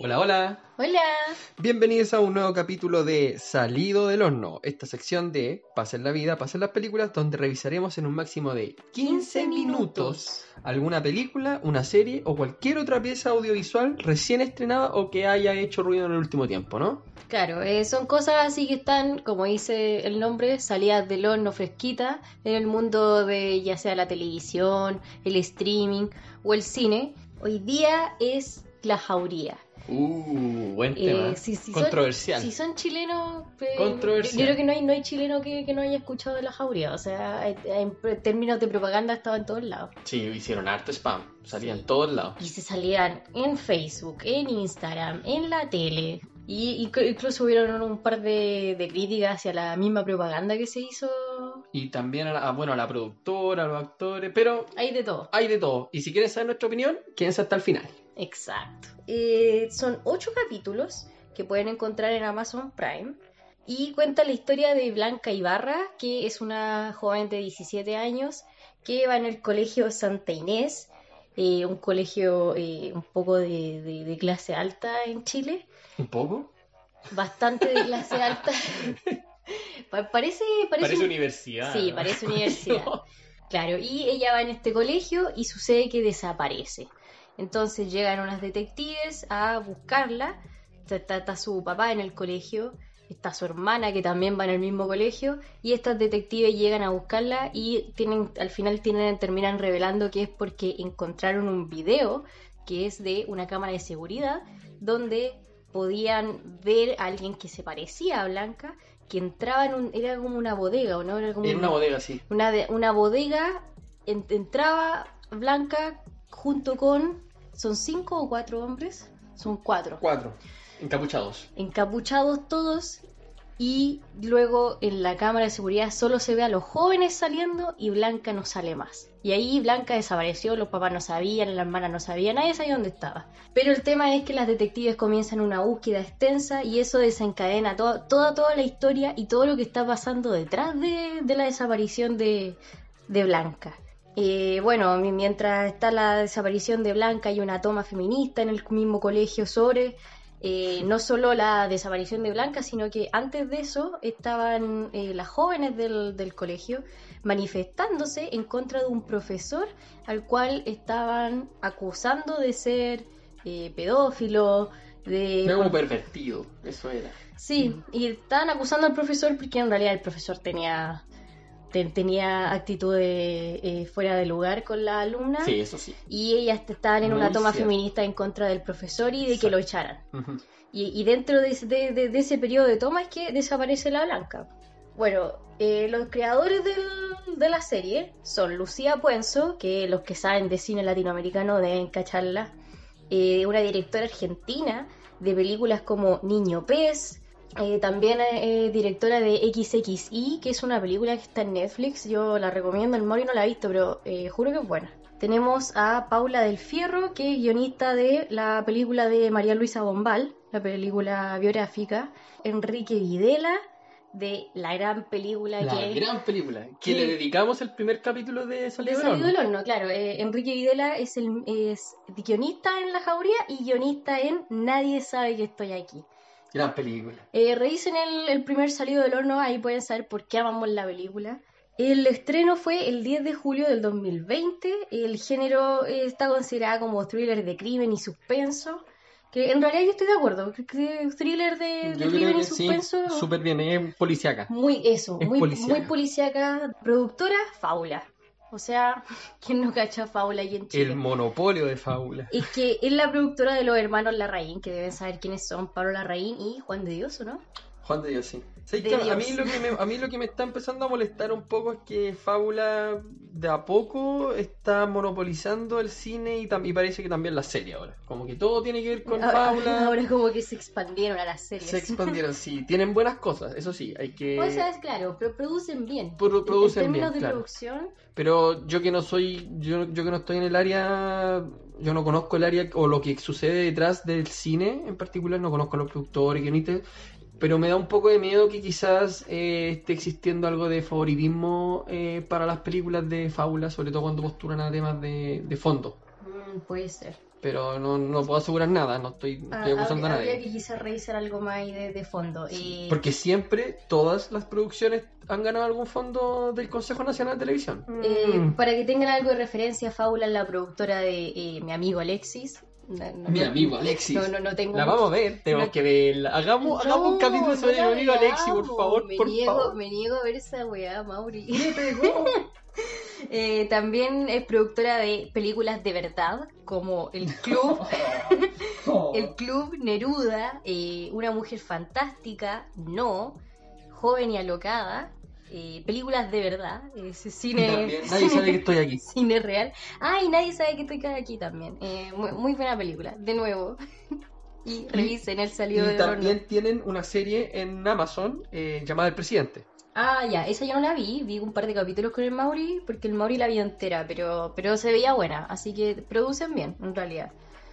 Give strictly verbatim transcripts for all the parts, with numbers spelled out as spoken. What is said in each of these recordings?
Hola, hola. Hola. Bienvenidos a un nuevo capítulo de Salido del Horno, esta sección de Pasen la vida, pasen las películas, donde revisaremos en un máximo de quince minutos alguna película, una serie o cualquier otra pieza audiovisual recién estrenada o que haya hecho ruido en el último tiempo, ¿no? Claro, eh, son cosas así que están, como dice el nombre, salidas del horno fresquita en el mundo de ya sea la televisión, el streaming o el cine. Hoy día es La Jauría. Uh, buen tema. Eh, si, si Controversial. Son, si son chilenos, eh, Controversial. yo creo que no hay, no hay chileno que, que no haya escuchado de La Jauría. O sea, en términos de propaganda estaba en todos lados. Sí, hicieron harto spam, salían Sí. en todos lados. Y se salían en Facebook, en Instagram, en la tele. Y, y incluso hubieron un par de, de críticas hacia la misma propaganda que se hizo. Y también a, la, a, bueno, a la productora, a los actores, pero Hay de todo. hay de todo. Y si quieren saber nuestra opinión, quédense hasta el final. Exacto. Eh, son ocho capítulos que pueden encontrar en Amazon Prime. Y cuenta la historia de Blanca Ibarra, que es una joven de diecisiete años que va en el colegio Santa Inés, eh, un colegio eh, un poco de, de, de clase alta en Chile. ¿Un poco? Bastante de clase alta. Pa- Parece, parece, Parece un- universidad. Sí, ¿no? parece universidad. Claro, y ella va en este colegio y sucede que desaparece. Entonces llegan unas detectives a buscarla. Está, está- está su papá en el colegio, está su hermana que también va en el mismo colegio, y estas detectives llegan a buscarla y tienen, al final tienen, terminan revelando que es porque encontraron un video que es de una cámara de seguridad donde podían ver a alguien que se parecía a Blanca, que entraba en un, era como una bodega, ¿o no? Era como En un- una bodega, sí. una, de- una bodega, en- entraba Blanca junto con, ¿son cinco o cuatro hombres? Son cuatro, Cuatro. Encapuchados. encapuchados todos, y luego en la cámara de seguridad solo se ve a los jóvenes saliendo y Blanca no sale más. Y ahí Blanca desapareció, los papás no sabían, la hermana no sabía, nadie sabía dónde estaba. Pero el tema es que las detectives comienzan una búsqueda extensa y eso desencadena to- toda, toda la historia y todo lo que está pasando detrás de, de la desaparición de, de Blanca. Eh, bueno, mi- mientras está la desaparición de Blanca hay una toma feminista en el mismo colegio sobre eh, no solo la desaparición de Blanca, sino que antes de eso estaban eh, las jóvenes del, del colegio manifestándose en contra de un profesor al cual estaban acusando de ser eh, pedófilo, de... Era como pervertido, eso era. Sí, y estaban acusando al profesor porque en realidad el profesor tenía... te- tenía actitudes eh, fuera de lugar con la alumna. Sí, eso sí. Y ellas estaban en Muy una toma cierto. feminista en contra del profesor y de que Exacto. lo echaran. Ujú. Y, y dentro de, ese- de- de- de ese periodo de toma es que desaparece la Blanca. Bueno, eh, los creadores del- de la serie son Lucía Puenzo, que los que saben de cine latinoamericano deben cacharla, eh, una directora argentina de películas como Niño Pez, eh, también eh, directora de equis equis i, que es una película que está en Netflix, yo la recomiendo, el Mori no la ha visto, pero eh, juro que es buena. Tenemos a Paula del Fierro, que es guionista de la película de María Luisa Bombal, la película biográfica. Enrique Videla, de la gran película La que gran película. Que Sí. le dedicamos el primer capítulo de de Salido del Salido Horno. del Horno, claro. eh, Enrique Videla es, el, es guionista en La Jauría y guionista en Nadie sabe que estoy aquí. Gran película. Eh, revisen el, el primer Salido del Horno, ahí pueden saber por qué amamos la película. El estreno fue el diez de julio del dos mil veinte. El género eh, está considerado como thriller de crimen y suspenso. Que en realidad yo estoy de acuerdo. Que, que thriller de, de Yo creo crimen que y sí, suspenso. súper bien, es policíaca. Muy eso, Es muy policíaca. muy policíaca. Productora, Fábula. O sea, ¿quién no cacha Fábula aquí en Chile? El monopolio de Fábula. Es que es la productora de los hermanos Larraín, que deben saber quiénes son Pablo Larraín y Juan de Dios, ¿o no? Juan de Dios, sí. ¿Sabes De qué? A Dios. mí, lo que me, a mí lo que me está empezando a molestar un poco es que Fábula de a poco está monopolizando el cine y, tam- y parece que también la serie ahora. Como que todo tiene que ver con ahora, Fábula. ahora como que se expandieron a las series. Se expandieron, sí. Tienen buenas cosas, eso sí. Hay que... O sea, es claro, pero producen bien. Pro- producen en bien, términos de claro. producción, Pero yo que no soy, yo, yo que no estoy en el área, yo no conozco el área o lo que sucede detrás del cine en particular, no conozco a los productores, guionistas, pero me da un poco de miedo que quizás eh, esté existiendo algo de favoritismo eh, para las películas de Fábula, sobre todo cuando postulan a temas de, de fondo. mm, puede ser. pero no, no puedo asegurar nada, no estoy, no estoy Ah, acusando habría, a nadie. habría que quizás revisar algo más ahí de, de fondo. Sí, Eh, porque siempre todas las producciones han ganado algún fondo del Consejo Nacional de Televisión. eh, Mm. para que tengan algo de referencia, Fábula es la productora de eh, mi amigo Alexis. No, no, Mi no- amigo Alexis. No, no, no tengo La mucho- vamos a ver, tenemos no- que verla. Hagamos, No, hagamos un capítulo sobre no mi la amigo Alexis, por veamos. favor, Me por niego, favor. me niego a ver esa weá, Mauri. ¿Qué pegó? Eh, también es productora de películas de verdad, como El Club, El Club, Neruda, eh, Una Mujer Fantástica, No, Joven y Alocada, eh, películas de verdad, ese cine, También, nadie sabe que estoy aquí. cine real. Ay, nadie sabe que estoy aquí también. Eh, muy, muy buena película, de nuevo. Y revisen El Salido Y del Horno. también tienen una serie en Amazon eh, llamada El Presidente. Ah, ya, esa yo no la vi, vi un par de capítulos con el Mauri, porque el Mauri la vio entera, pero, pero se veía buena, así que producen bien, en realidad.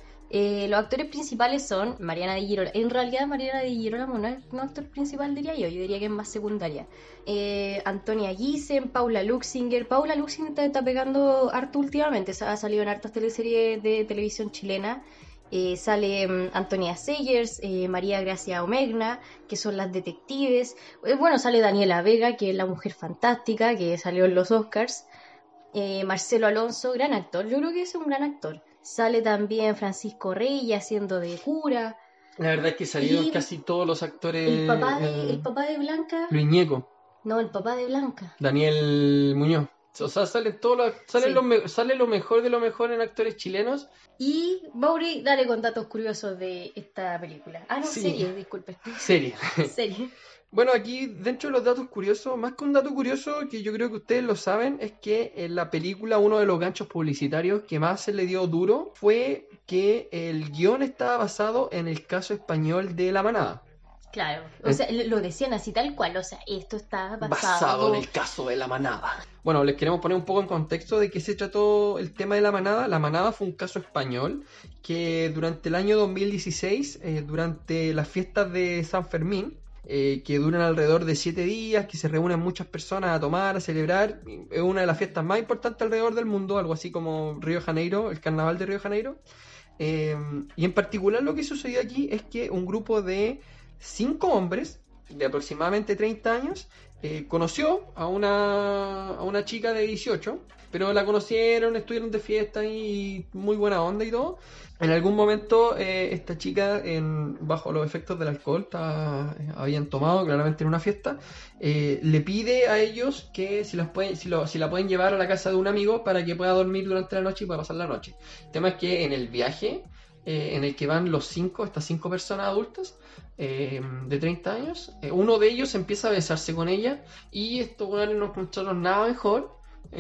Eh, los actores principales son Mariana Di Girolamo. En realidad Mariana Di Girolamo no es no actor principal, diría yo, yo diría que es más secundaria. Eh, Antonia Giesen, Paula Luxinger. Paula Luxinger está, está pegando harto últimamente, ha salido en hartas teleseries de televisión chilena. Eh, sale um, Antonia Sayers, eh, María Gracia Omegna, que son las detectives. Eh, bueno, sale Daniela Vega, que es la mujer fantástica, que salió en los Oscars. Eh, Marcelo Alonso, gran actor, yo creo que es un gran actor. Sale también Francisco Rey haciendo de cura. La verdad es que salieron Y casi todos los actores. El papá de, eh, el papá de Blanca. Luis Ñeco, No, el papá de Blanca. Daniel Muñoz. O sea, salen todos los, salen Sí. los me- sale lo mejor de lo mejor en actores chilenos. Y Mauri, dale con datos curiosos de esta película. Ah, no, Sí. serie, disculpe. Serie. Serie. Bueno, aquí dentro de los datos curiosos, más que un dato curioso que yo creo que ustedes lo saben, es que en la película uno de los ganchos publicitarios que más se le dio duro fue que el guión estaba basado en el caso español de La Manada. Claro, o sea, lo decían así tal cual, o sea, esto está basado, Basado en el caso de La Manada. Bueno, les queremos poner un poco en contexto de qué se trató el tema de La Manada. La Manada fue un caso español que durante el año dos mil dieciséis, eh, durante las fiestas de San Fermín, eh, que duran alrededor de siete días, que se reúnen muchas personas a tomar, a celebrar, es una de las fiestas más importantes alrededor del mundo, algo así como Río de Janeiro, el carnaval de Río de Janeiro. Eh, y en particular lo que sucedió aquí es que un grupo de cinco hombres de aproximadamente treinta años eh, conoció a una, a una chica de dieciocho, pero la conocieron, estuvieron de fiesta y muy buena onda y todo. En algún momento eh, esta chica, en, bajo los efectos del alcohol, estaba- habían tomado claramente en una fiesta, eh, le pide a ellos que si, las pueden, si, lo- si la pueden llevar a la casa de un amigo para que pueda dormir durante la noche y pueda pasar la noche. El tema es que en el viaje eh, en el que van los cinco, estas cinco personas adultas eh, de treinta años, eh, uno de ellos empieza a besarse con ella y estos weones no encontraron nada mejor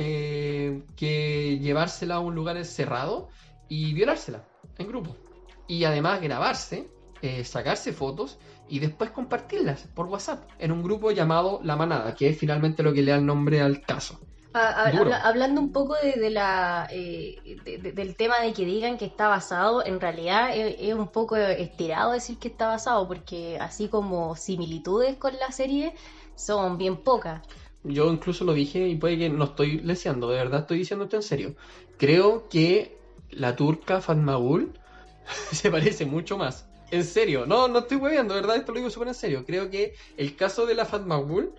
eh, que llevársela a un lugar cerrado y violársela en grupo. Y además grabarse, eh, sacarse fotos y después compartirlas por WhatsApp en un grupo llamado La Manada, que es finalmente lo que le da el nombre al caso. Ah, hab- Duro. habla- hablando un poco de, de la eh, de- de- del tema de que digan que está basado, en realidad es, es un poco estirado decir que está basado, porque así como similitudes con la serie son bien pocas. Yo incluso lo dije y puede que no estoy leseando, de verdad estoy diciendo esto en serio. Creo que la turca Fatmagul se parece mucho más. En serio, no, no estoy hueveando, de verdad esto lo digo súper en serio. Creo que el caso de la Fatmagul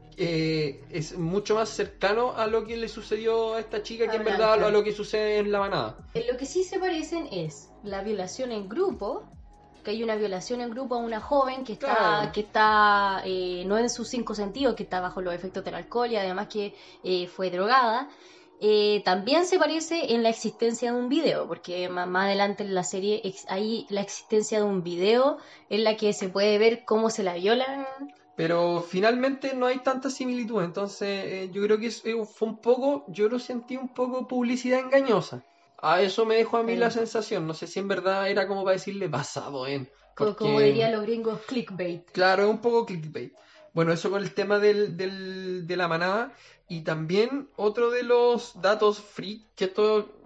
eh, es mucho más cercano a lo que le sucedió a esta chica que A en verdad Blanca. a lo que sucede en La Manada. En lo que sí se parecen es la violación en grupo, que hay una violación en grupo a una joven que está, Claro. que está eh, no en sus cinco sentidos, que está bajo los efectos del alcohol y además que eh, fue drogada. Eh, también se parece en la existencia de un video, porque más, más adelante en la serie ex- hay la existencia de un video en la que se puede ver cómo se la violan. Pero finalmente no hay tanta similitud, entonces eh, yo creo que es- eh, fue un poco, yo lo sentí un poco publicidad engañosa. A eso me dejó a mí Sí. la sensación, no sé si en verdad era como para decirle basado en... co- porque- Como dirían los gringos, clickbait. Claro, es un poco clickbait. Bueno, eso con el tema del, del- de La Manada. Y también otro de los datos freak, que esto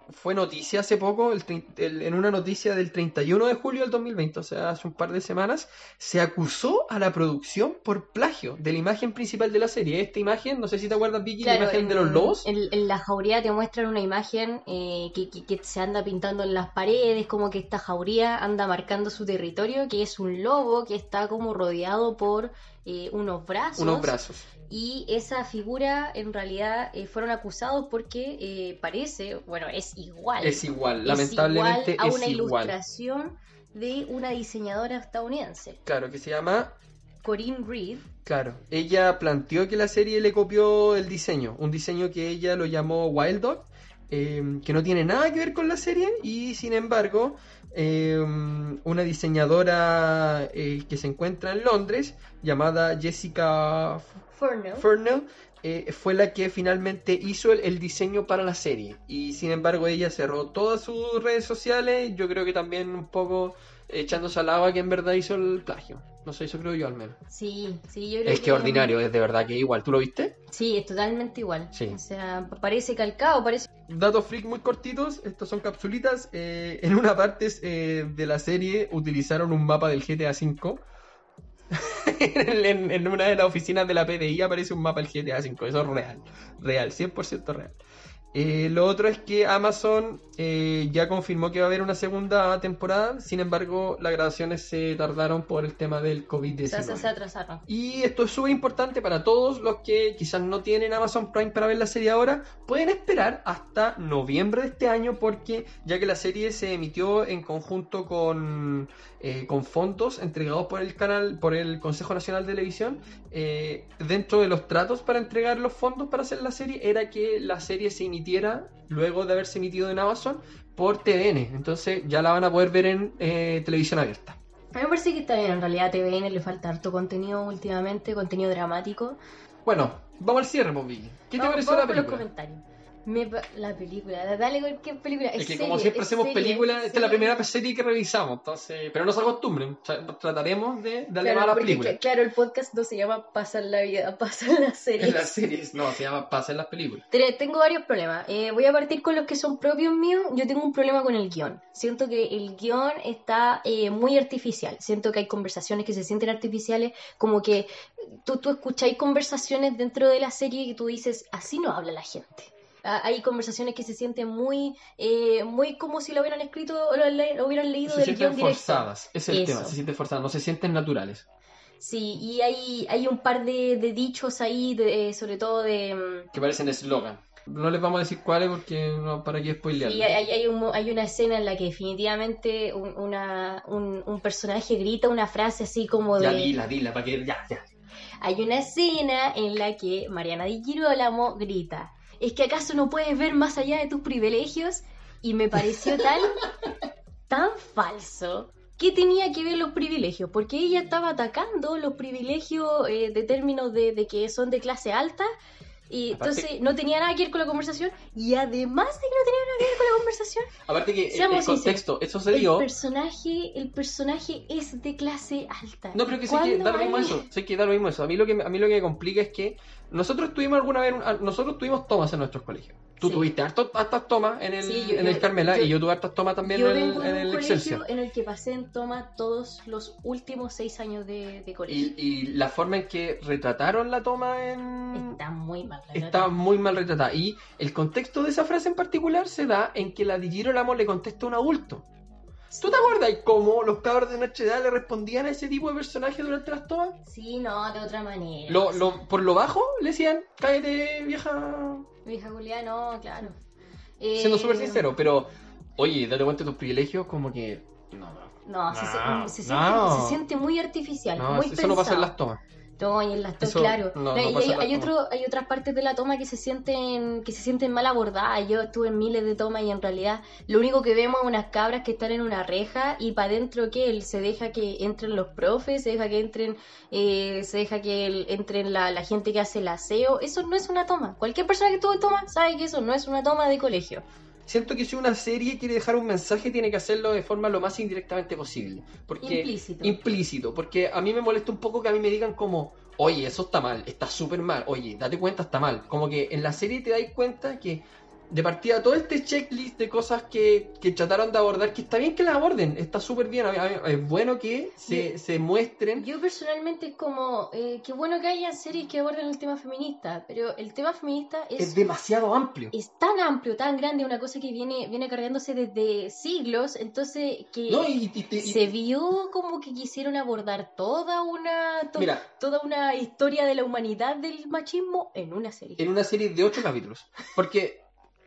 fue noticia hace poco, el, el, en una noticia del treinta y uno de julio del dos mil veinte, o sea, hace un par de semanas, se acusó a la producción por plagio de la imagen principal de la serie. Esta imagen, no sé si te acuerdas, Vicky, Claro, la imagen en, de los lobos. En, en la jauría te muestran una imagen eh, que, que, que se anda pintando en las paredes, como que esta jauría anda marcando su territorio, que es un lobo que está como rodeado por eh, unos brazos. Unos brazos. Y esa figura en realidad eh, fueron acusados porque eh, parece, bueno, es igual. Es igual, es lamentablemente igual a es una igual. ilustración de una diseñadora estadounidense, Claro, que se llama... Corinne Reed. Claro, ella planteó que la serie le copió el diseño, un diseño que ella lo llamó Wild Dog, eh, que no tiene nada que ver con la serie, y sin embargo, eh, una diseñadora eh, que se encuentra en Londres, llamada Jessica Furnell. Furnell, eh, fue la que finalmente hizo el, el diseño para la serie, y sin embargo ella cerró todas sus redes sociales, yo creo que también un poco echándose al agua que en verdad hizo el plagio. No sé, eso creo yo al menos. Sí, sí, yo creo Es que ordinario, es de verdad que igual. ¿Tú lo viste? Sí, es totalmente igual. Sí. O sea, parece calcado, parece... Datos freak muy cortitos, estos son capsulitas. Eh, en una parte eh, de la serie utilizaron un mapa del G T A cinco. en, en una de las oficinas de la P D I aparece un mapa del G T A cinco. Eso es real, real, cien por ciento real. Eh, lo otro es que Amazon eh, ya confirmó que va a haber una segunda temporada, sin embargo las grabaciones se tardaron por el tema del COVID diecinueve. O sea, se atrasaron. Y esto es súper importante para todos los que quizás no tienen Amazon Prime para ver la serie ahora, pueden esperar hasta noviembre de este año, porque ya que la serie se emitió en conjunto con, eh, con fondos entregados por el canal, por el Consejo Nacional de Televisión, eh, dentro de los tratos para entregar los fondos para hacer la serie era que la serie se emitiera luego de haberse emitido en Amazon por T V N, entonces ya la van a poder ver en eh, televisión abierta. A mí me parece que está bien, en realidad a T V N le falta harto contenido últimamente, contenido dramático. Bueno, vamos al cierre, pues, Vicky. ¿Qué te Vamos- pareció vamos la por los película? comentarios. Me pa- la película, dale cualquier película. Es, Es que serie, como siempre es hacemos serie, películas, esta es la serie. primera serie que revisamos, entonces, pero no se acostumbren, o sea, trataremos de darle Claro, más a las porque, películas. cl- claro, el podcast no se llama Pasar la vida, Pasar las series. En las series, no, se llama Pasa en las películas. Tre- Tengo varios problemas. Eh, voy a partir con los que son propios míos. Yo tengo un problema con el guión. Siento que el guión está eh, muy artificial. Siento que hay conversaciones que se sienten artificiales, como que tú, tú escucháis conversaciones dentro de la serie y tú dices, así no habla la gente. Ah, hay conversaciones que se sienten muy eh, muy como si lo hubieran escrito o lo, le- lo hubieran leído Se del sienten guión directo. forzadas, ese es el Eso. tema, se sienten forzadas, no se sienten naturales. Sí, y hay, hay un par de, de dichos ahí, de, sobre todo de... mm, Que parecen eslogan. No les vamos a decir cuáles porque no, para qué spoilearlo. Sí, hay, hay, un mo- hay una escena en la que definitivamente un, una, un, un personaje grita una frase así como de... Ya dila, dila, para que ya, ya. Hay una escena en la que Mariana Di Girolamo grita, ¿es que acaso no puedes ver más allá de tus privilegios? Y me pareció tan, tan falso. ¿Qué tenía que ver los privilegios? Porque ella estaba atacando los privilegios eh, de términos de, de que son de clase alta. Y Aparte- entonces no tenía nada que ver con la conversación. Y además de que no tenía nada que ver con la conversación, Aparte que el, Seamos el contexto, eso se el dio... personaje, el personaje es de clase alta. No, pero que sé que ¿Cuándo da lo mismo hay- eso, sé que da lo mismo eso. A mí lo que a mí lo que me complica es que nosotros tuvimos alguna vez, un- nosotros tuvimos tomas en nuestros colegios. Tú Sí. tuviste harto- hartas tomas en el, Sí, yo- en el yo- Carmela yo- y yo tuve hartas tomas también Yo en el, vengo de en un el colegio Excelsior. en el que pasé en toma todos los últimos seis años de, de colegio. Y, y la forma en que retrataron la toma en... Está muy mal. la Está verdad. muy mal retratada. Y el contexto de esa frase en particular se da en que la Di Girolamo le contesta a un adulto. ¿Tú te acuerdas cómo los cabros de nuestra edad le respondían a ese tipo de personaje durante las tomas? Sí, no, de otra manera. Lo, lo, por lo bajo le decían, cállate vieja... Vieja Julia, no, claro. Eh, Siendo súper sincero, pero oye, date cuenta de tus privilegios como que... No, no. No, se, No, se, se no. siente, se siente muy artificial, No, muy eso pensado. no pasa en las tomas. No, y en las tomas, Eso claro. no- No, no y pasa hay, en las hay tomas. otro, hay otras partes de la toma que se sienten, que se sienten mal abordadas. Yo estuve en miles de tomas y en realidad lo único que vemos es unas cabras que están en una reja y para adentro que él se deja que entren los profes, se deja que entren, eh, se deja que el- entren la, la gente que hace el aseo. Eso no es una toma. Cualquier persona que estuvo en toma sabe que eso no es una toma de colegio. Siento que si una serie quiere dejar un mensaje tiene que hacerlo de forma lo más indirectamente posible. Porque, Implícito. Implícito, porque a mí me molesta un poco que a mí me digan como, oye, eso está mal, está súper mal, oye, date cuenta, está mal. Como que en la serie te das cuenta que de partida todo este checklist de cosas que, que trataron de abordar, que está bien que las aborden, está súper bien, a mí- a mí- es bueno que se, Yo- se muestren. Yo personalmente es como, eh, qué bueno que haya series que aborden el tema feminista, pero el tema feminista Es es, demasiado amplio. es tan amplio, tan grande, una cosa que viene, viene cargándose desde siglos, entonces que No, y, y- y- y- se vio como que quisieron abordar toda una, to- Mira. toda una historia de la humanidad del machismo en una serie. en una serie de ocho capítulos. Porque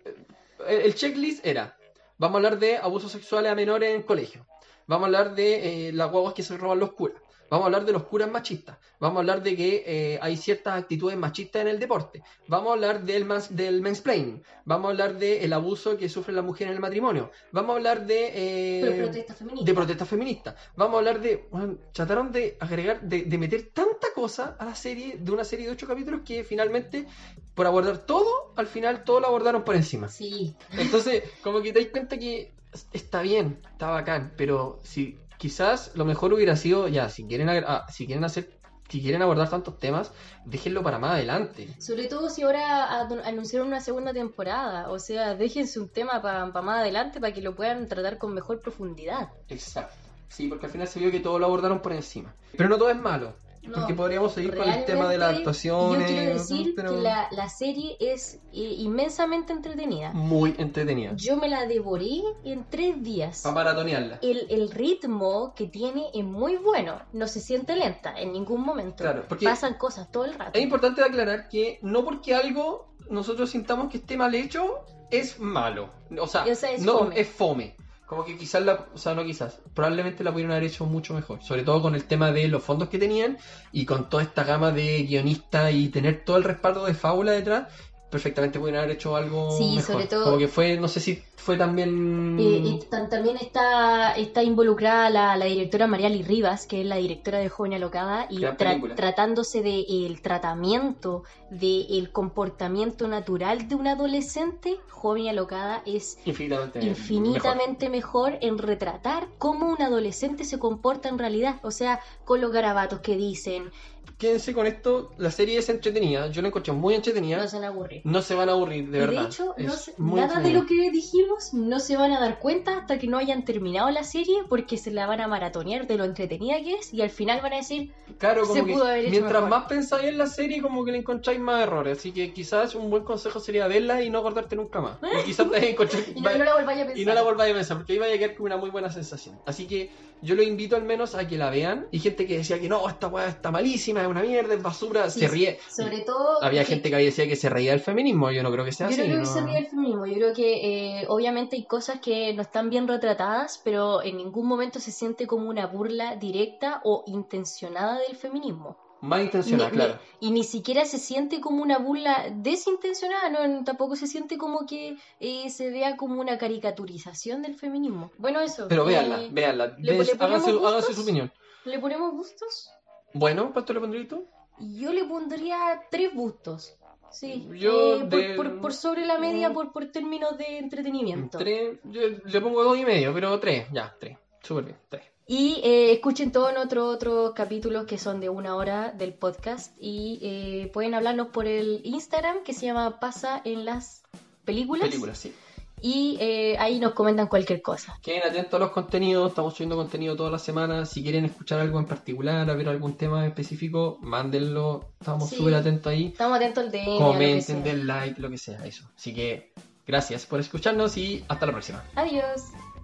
eh, el checklist era, vamos a hablar de abusos sexuales a menores en colegio, vamos a hablar de eh, las guaguas que se roban los curas, vamos a hablar de los curas machistas, vamos a hablar de que eh, hay ciertas actitudes machistas en el deporte, vamos a hablar del, mans- del mansplaining, vamos a hablar del abuso que sufre la mujer en el matrimonio, vamos a hablar de... eh, Pero protesta feminista. de protesta feminista. Vamos a hablar de... Bueno, trataron de agregar, de, de meter tanta cosa a la serie, de una serie de ocho capítulos, que finalmente, por abordar todo, al final todo lo abordaron por encima. Sí. Entonces, como que te das cuenta que está bien, está bacán, pero si quizás lo mejor hubiera sido, ya, si quieren, agra- ah, si quieren hacer, si quieren abordar tantos temas, déjenlo para más adelante. Sobre todo si ahora anu- anunciaron una segunda temporada, o sea, déjense un tema para más adelante para que lo puedan tratar con mejor profundidad. Exacto. Sí, porque al final se vio que todo lo abordaron por encima. Pero no todo es malo. No, Porque podríamos seguir con el tema de las realmente, actuaciones. Yo quiero decir pero que la, la serie es eh, inmensamente entretenida. muy entretenida. Yo me la devoré en tres días. Para maratonearla. El, el ritmo que tiene es muy bueno. No se siente lenta en ningún momento. Claro, porque- Pasan cosas todo el rato. Es importante aclarar que no porque algo nosotros sintamos que esté mal hecho, es malo. O sea, O sea, es no fome. es fome. Como que quizás la, o sea, no quizás, probablemente la pudieron haber hecho mucho mejor. Sobre todo con el tema de los fondos que tenían y con toda esta gama de guionistas y tener todo el respaldo de Fábula detrás, perfectamente pudieron haber hecho algo Sí, mejor. sobre todo- Como que fue, no sé si fue también... Eh, y tan- también está, está involucrada la, la directora Mariali Rivas, que es la directora de Joven Alocada, y Gran tra- película. tratándose del tratamiento, del comportamiento natural de un adolescente, Joven Alocada es infinitamente, mejor. infinitamente mejor. en retratar cómo un adolescente se comporta en realidad, o sea, con los garabatos que dicen, Quédense con esto, la serie es entretenida, yo la encontré muy entretenida, no se van a aburrir. no se van a aburrir, de Y verdad. de hecho, no Es se- muy nada de entretenida. lo que dijimos no se van a dar cuenta hasta que no hayan terminado la serie, porque se la van a maratonear de lo entretenida que es y al final van a decir, Claro, se como que pudo haber hecho mientras mejor. más pensáis en la serie, como que le encontráis más errores. Así que quizás un buen consejo sería verla y no acordarte nunca más. Y quizás te encontrar y no, no la volváis a pensar. y no la volváis a pensar, porque ahí vaya a quedar con una muy buena sensación. Así que yo lo invito al menos a que la vean. Y gente que decía que no, esta weá está malísima, es una mierda, es basura, Sí, se ríe. Sobre todo, Había que- gente que decía que se reía del feminismo, yo no creo que sea yo así. no creo ¿no? que se ríe del feminismo, yo creo que eh, obviamente hay cosas que no están bien retratadas, pero en ningún momento se siente como una burla directa o intencionada del feminismo. Mal intencionada, Ni- claro. ni- y ni siquiera se siente como una burla desintencionada, no, tampoco se siente como que eh, se vea como una caricaturización del feminismo. Bueno, eso. Pero eh, véanla, véanla. ¿le- Ves- le ponemos háganse, gustos? háganse su opinión. ¿Le ponemos gustos? Bueno, ¿cuánto le pondrías tú? Yo le pondría tres bustos. Sí, Yo eh, por, de- por- por sobre la media, Mm. por, por términos de entretenimiento. Tres, yo le pongo dos y medio, pero tres, ya, tres. Súper bien, tres. Y eh, escuchen todos nuestros otros capítulos que son de una hora del podcast y eh, pueden hablarnos por el Instagram que se llama Pasa en las Películas. Películas, sí. Y eh, ahí nos comentan cualquier cosa. Queden atentos a los contenidos, estamos subiendo contenido todas las semanas. Si quieren escuchar algo en particular, a ver algún tema específico, mándenlo. Estamos Sí. súper atentos ahí. Estamos atentos al D M. a lo que Comenten, sea. den like, lo que sea, eso. Así que gracias por escucharnos y hasta la próxima. Adiós.